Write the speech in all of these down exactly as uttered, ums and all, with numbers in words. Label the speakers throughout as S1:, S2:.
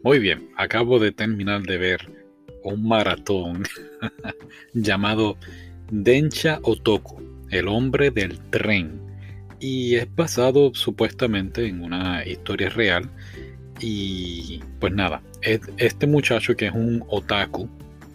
S1: Muy bien, acabo de terminar de ver un maratón llamado Densha Otoku, el hombre del tren. Y es basado supuestamente en una historia real. Y pues nada, es- este muchacho que es un otaku,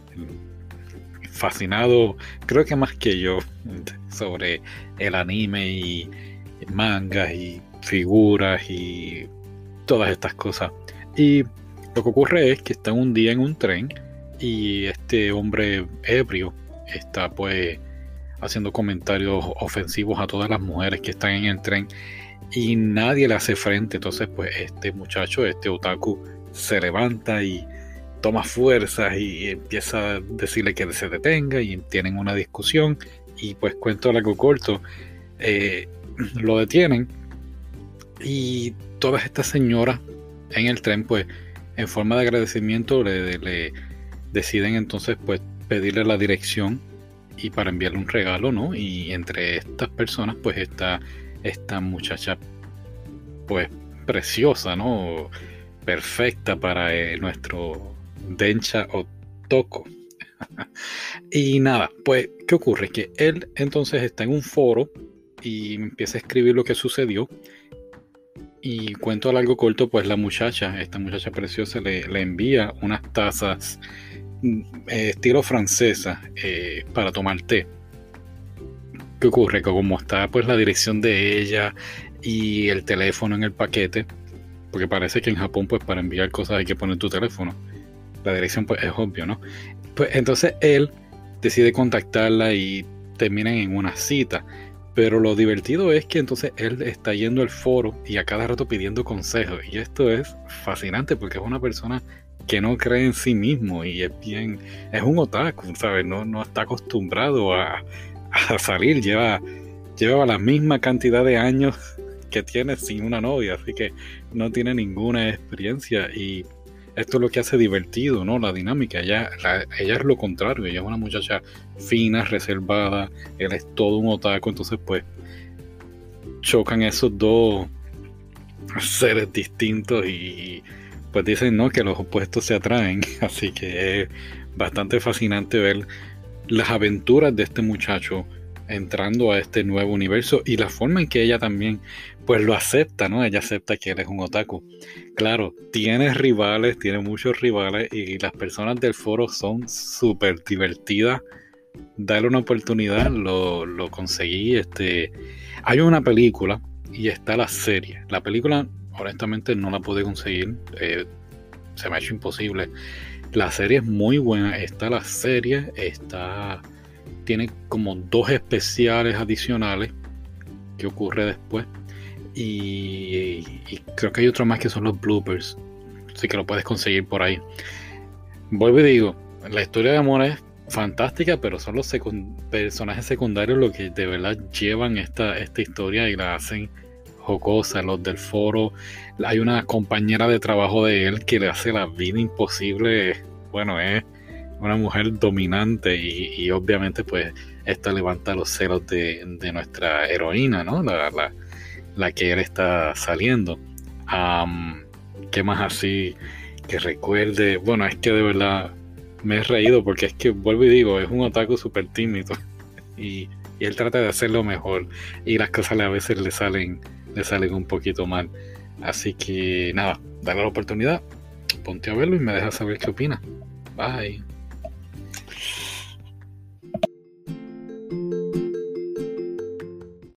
S1: fascinado, creo que más que yo, sobre el anime y mangas y figuras y todas estas cosas. Y lo que ocurre es que está un día en un tren y este hombre ebrio está pues haciendo comentarios ofensivos a todas las mujeres que están en el tren y nadie le hace frente. Entonces pues este muchacho, este otaku, se levanta y toma fuerzas y empieza a decirle que se detenga y tienen una discusión y pues cuento largo corto, eh, lo detienen y todas estas señoras en el tren, pues, en forma de agradecimiento, le, le deciden entonces, pues, pedirle la dirección y para enviarle un regalo, ¿no? Y entre estas personas, pues, está esta muchacha, pues, preciosa, ¿no? Perfecta para eh, nuestro Densha Otoko. Y nada, pues, ¿qué ocurre? Que él entonces está en un foro y empieza a escribir lo que sucedió. Y cuento largo corto, pues la muchacha, esta muchacha preciosa, le, le envía unas tazas mm, eh, estilo francesa eh, para tomar té. ¿Qué ocurre? Que como está pues la dirección de ella y el teléfono en el paquete, porque parece que en Japón pues para enviar cosas hay que poner tu teléfono. La dirección pues es obvio, ¿no? Pues entonces él decide contactarla y terminan en una cita. Pero lo divertido es que entonces él está yendo al foro y a cada rato pidiendo consejos. Y esto es fascinante porque es una persona que no cree en sí mismo y es bien, es un otaku, ¿sabes? No, no está acostumbrado a, a salir, lleva, lleva la misma cantidad de años que tiene sin una novia, así que no tiene ninguna experiencia y esto es lo que hace divertido, ¿no? La dinámica. Ella, la- ella es lo contrario, ella es una muchacha fina, reservada, él es todo un otaku, entonces pues chocan esos dos seres distintos y pues dicen, ¿no? Que los opuestos se atraen, así que es bastante fascinante ver las aventuras de este muchacho entrando a este nuevo universo y la forma en que ella también pues lo acepta, ¿no? Ella acepta que él es un otaku. Claro, tiene rivales, tiene muchos rivales y las personas del foro son súper divertidas. Darle una oportunidad, lo, lo conseguí. Este, hay una película y está la serie. La película, honestamente, no la pude conseguir. eh, se me ha hecho imposible. La serie es muy buena. Está la serie, está tiene como dos especiales adicionales que ocurre después y, y creo que hay otro más que son los bloopers, así que lo puedes conseguir por ahí. Vuelvo y digo, la historia de amor es fantástica, pero son los secund- personajes secundarios los que de verdad llevan esta, esta historia y la hacen jocosa. Los del foro, hay una compañera de trabajo de él que le hace la vida imposible. Bueno, es una mujer dominante y, y obviamente pues esta levanta los celos de, de nuestra heroína, ¿no? La, la, la que él está saliendo. Am, ¿qué más así que recuerde? Bueno, es que de verdad me he reído porque es que vuelvo y digo, es un otaku súper tímido y, y él trata de hacerlo mejor y las cosas a veces le salen, le salen un poquito mal. Así que nada, dale la oportunidad, ponte a verlo y me dejas saber qué opinas. Bye.